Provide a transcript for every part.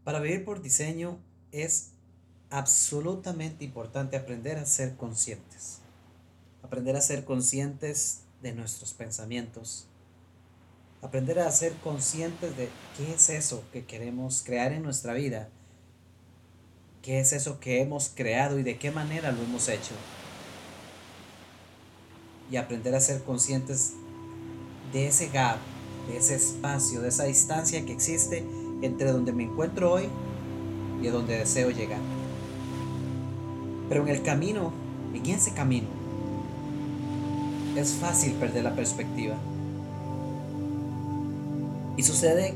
Para vivir por diseño es absolutamente importante aprender a ser conscientes de nuestros pensamientos, aprender a ser conscientes de qué es eso que queremos crear en nuestra vida, qué es eso que hemos creado y de qué manera lo hemos hecho, y aprender a ser conscientes de ese gap, de ese espacio, de esa distancia que existe entre donde me encuentro hoy y a donde deseo llegar. Pero en el camino, en ese camino, es fácil perder la perspectiva. Y sucede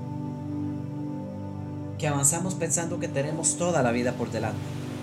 que avanzamos pensando que tenemos toda la vida por delante.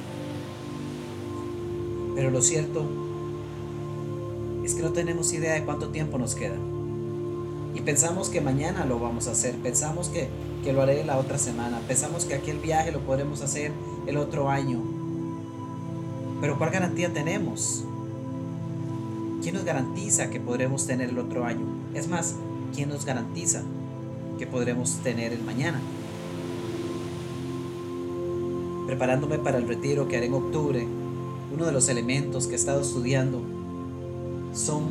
Pero lo cierto es que no tenemos idea de cuánto tiempo nos queda. Y pensamos que mañana lo vamos a hacer, pensamos que lo haré la otra semana, pensamos que aquel viaje lo podremos hacer el otro año. Pero ¿cuál garantía tenemos? ¿Quién nos garantiza que podremos tener el otro año? Es más, ¿quién nos garantiza que podremos tener el mañana? Preparándome para el retiro que haré en octubre, uno de los elementos que he estado estudiando son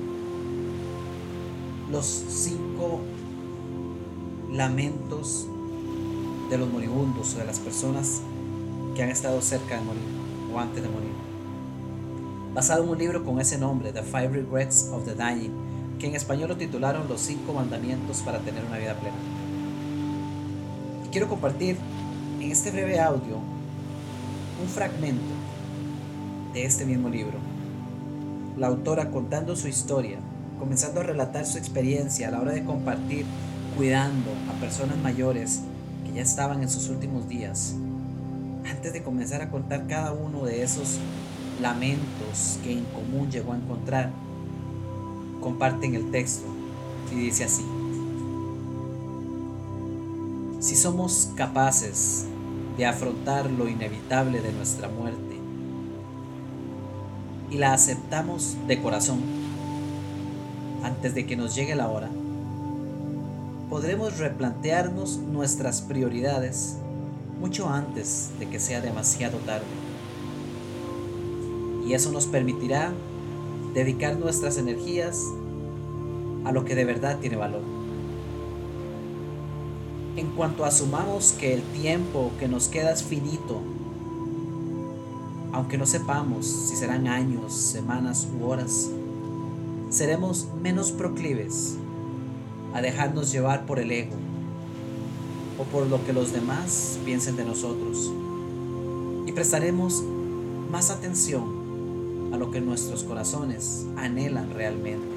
los 5 lamentos de los moribundos o de las personas que han estado cerca de morir o antes de morir. Basado en un libro con ese nombre, The Five Regrets of the Dying, que en español lo titularon Los 5 mandamientos para tener una vida plena. Y quiero compartir en este breve audio un fragmento de este mismo libro. La autora contando su historia, comenzando a relatar su experiencia a la hora de compartir cuidando a personas mayores que ya estaban en sus últimos días. Antes de comenzar a contar cada uno de esos lamentos que en común llegó a encontrar, comparten el texto y dice así: si somos capaces de afrontar lo inevitable de nuestra muerte y la aceptamos de corazón antes de que nos llegue la hora, podremos replantearnos nuestras prioridades mucho antes de que sea demasiado tarde. Y eso nos permitirá dedicar nuestras energías a lo que de verdad tiene valor. En cuanto asumamos que el tiempo que nos queda es finito, aunque no sepamos si serán años, semanas u horas, seremos menos proclives a dejarnos llevar por el ego o por lo que los demás piensen de nosotros, y prestaremos más atención a lo que nuestros corazones anhelan realmente.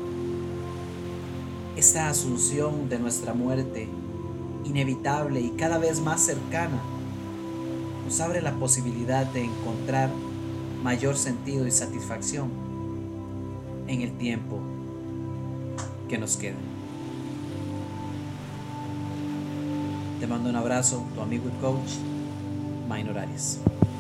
Esta asunción de nuestra muerte, inevitable y cada vez más cercana, nos abre la posibilidad de encontrar mayor sentido y satisfacción en el tiempo que nos queda. Te mando un abrazo, tu amigo y coach, Minor Arias.